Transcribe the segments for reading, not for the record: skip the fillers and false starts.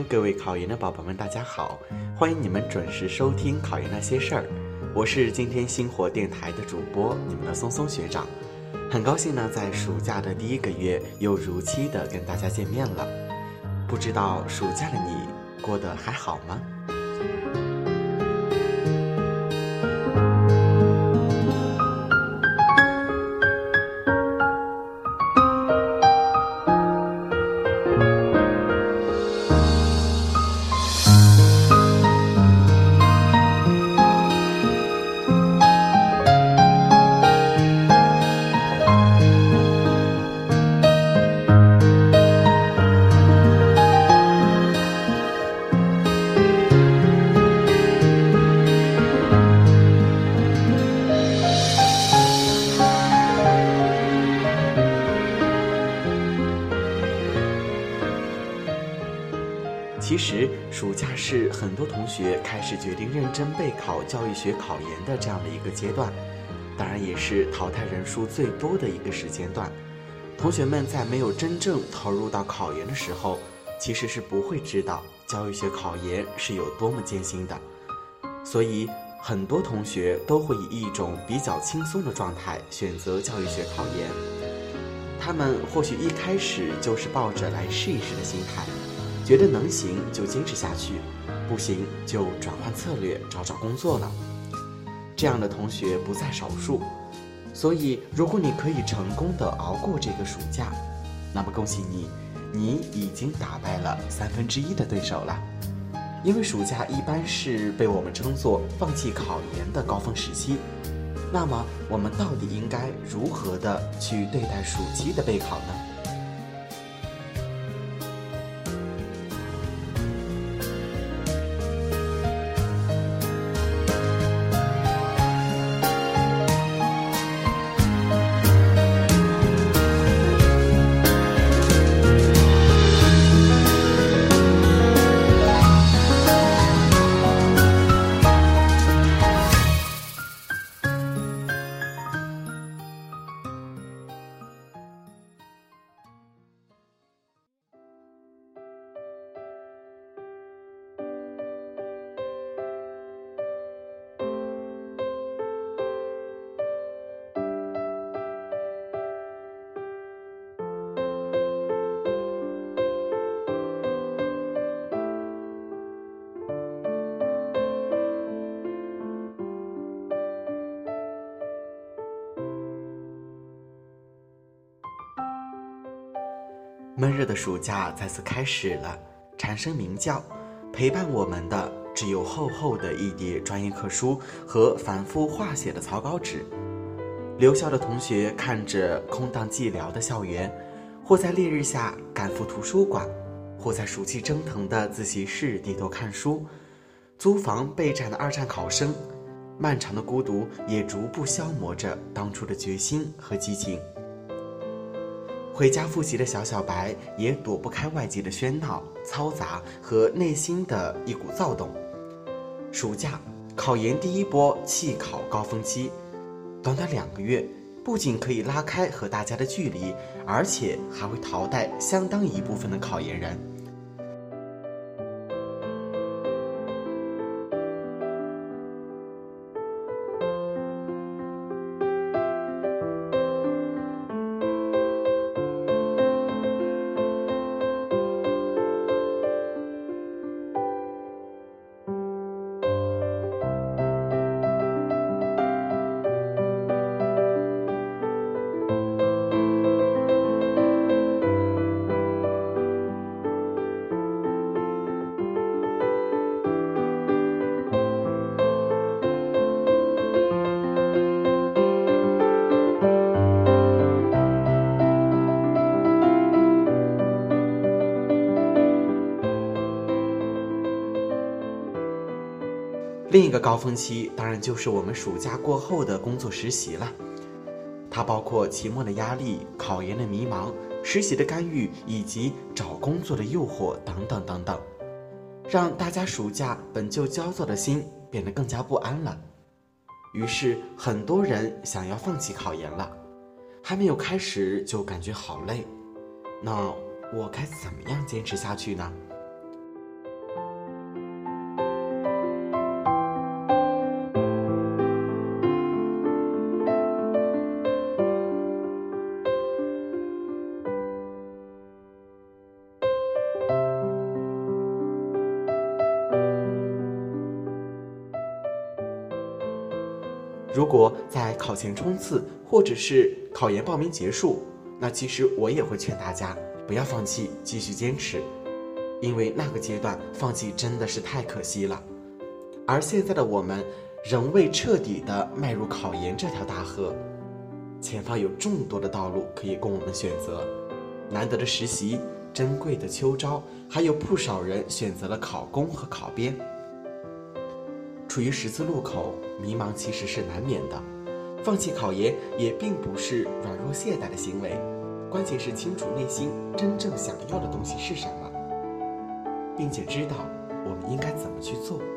各位考研的宝宝们，大家好，欢迎你们准时收听考研那些事儿。我是今天星火电台的主播，你们的松松学长。很高兴呢，在暑假的第一个月又如期的跟大家见面了。不知道暑假的你过得还好吗？其实暑假是很多同学开始决定认真备考教育学考研的这样的一个阶段，当然也是淘汰人数最多的一个时间段。同学们在没有真正投入到考研的时候，其实是不会知道教育学考研是有多么艰辛的，所以很多同学都会以一种比较轻松的状态选择教育学考研。他们或许一开始就是抱着来试一试的心态，觉得能行就坚持下去，不行就转换策略找工作了。这样的同学不在少数，所以如果你可以成功的熬过这个暑假，那么恭喜你，你已经打败了1/3的对手了。因为暑假一般是被我们称作放弃考研的高峰时期，那么我们到底应该如何的去对待暑期的备考呢？闷热的暑假再次开始了，蝉声鸣叫，陪伴我们的只有厚厚的一叠专业课书和反复画写的草稿纸。留校的同学看着空荡寂寥的校园，或在烈日下赶赴图书馆，或在暑气蒸腾的自习室低头看书。租房备战的2战考生，漫长的孤独也逐步消磨着当初的决心和激情。回家复习的小白也躲不开外界的喧闹、嘈杂和内心的一股躁动。暑假考研第一波弃考高峰期，短短2个月，不仅可以拉开和大家的距离，而且还会淘汰相当一部分的考研人。另一个高峰期当然就是我们暑假过后的工作实习了，它包括期末的压力、考研的迷茫、实习的干预以及找工作的诱惑等等等等，让大家暑假本就焦躁的心变得更加不安了。于是很多人想要放弃考研了，还没有开始就感觉好累，那我该怎么样坚持下去呢？ 如果在考前冲刺，或者是考研报名结束，那其实我也会劝大家不要放弃，继续坚持，因为那个阶段放弃真的是太可惜了。而现在的我们仍未彻底的迈入考研这条大河，前方有众多的道路可以供我们选择，难得的实习，珍贵的秋招，还有不少人选择了考公和考编。处于十字路口，迷茫其实是难免的，放弃考研也并不是软弱懈怠的行为，关键是清楚内心真正想要的东西是什么，并且知道我们应该怎么去做。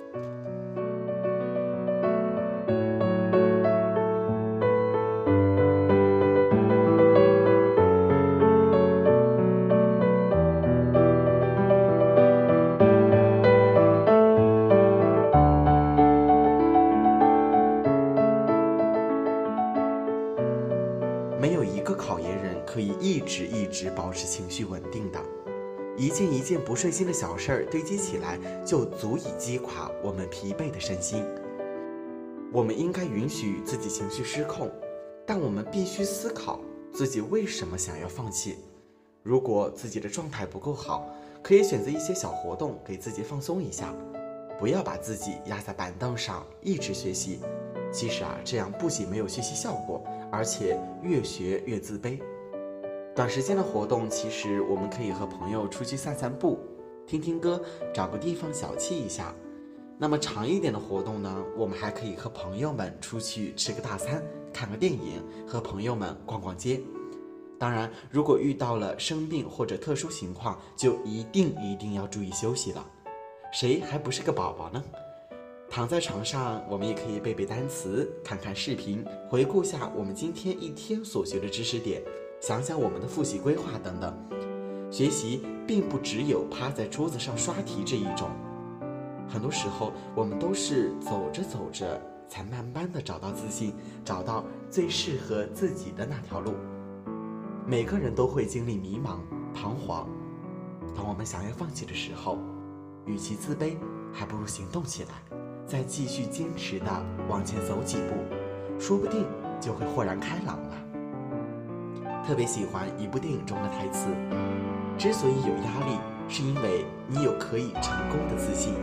没有一个考研人可以一直保持情绪稳定的，一件一件不顺心的小事儿堆积起来，就足以击垮我们疲惫的身心。我们应该允许自己情绪失控，但我们必须思考自己为什么想要放弃。如果自己的状态不够好，可以选择一些小活动给自己放松一下，不要把自己压在板凳上一直学习。其实这样不仅没有学习效果，而且越学越自卑。短时间的活动，其实我们可以和朋友出去散散步，听听歌，找个地方小憩一下。那么长一点的活动呢，我们还可以和朋友们出去吃个大餐，看个电影，和朋友们逛逛街。当然，如果遇到了生病或者特殊情况，就一定要注意休息了。谁还不是个宝宝呢？躺在床上，我们也可以背背单词，看看视频，回顾下我们今天一天所学的知识点，想想我们的复习规划等等。学习并不只有趴在桌子上刷题这一种，很多时候我们都是走着走着，才慢慢的找到自信，找到最适合自己的那条路。每个人都会经历迷茫、彷徨，当我们想要放弃的时候，与其自卑，还不如行动起来，再继续坚持的往前走几步，说不定就会豁然开朗了。特别喜欢一部电影中的台词，之所以有压力，是因为你有可以成功的自信。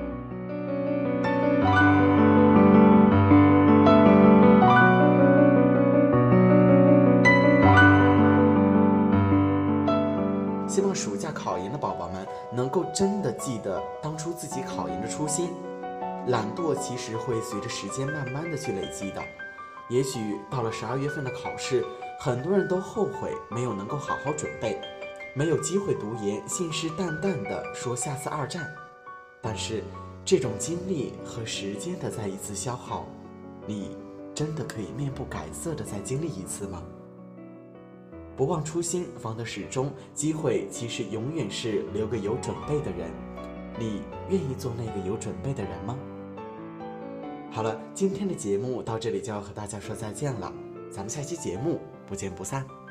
希望暑假考研的宝宝们能够真的记得当初自己考研的初心。懒惰其实会随着时间慢慢的去累积的，也许到了12月份的考试，很多人都后悔没有能够好好准备，没有机会读研，信誓旦旦的说下次二战。但是这种精力和时间的再一次消耗，你真的可以面不改色的再经历一次吗？不忘初心，方得始终。机会其实永远是留给有准备的人，你愿意做那个有准备的人吗？好了，今天的节目到这里就要和大家说再见了，咱们下期节目不见不散。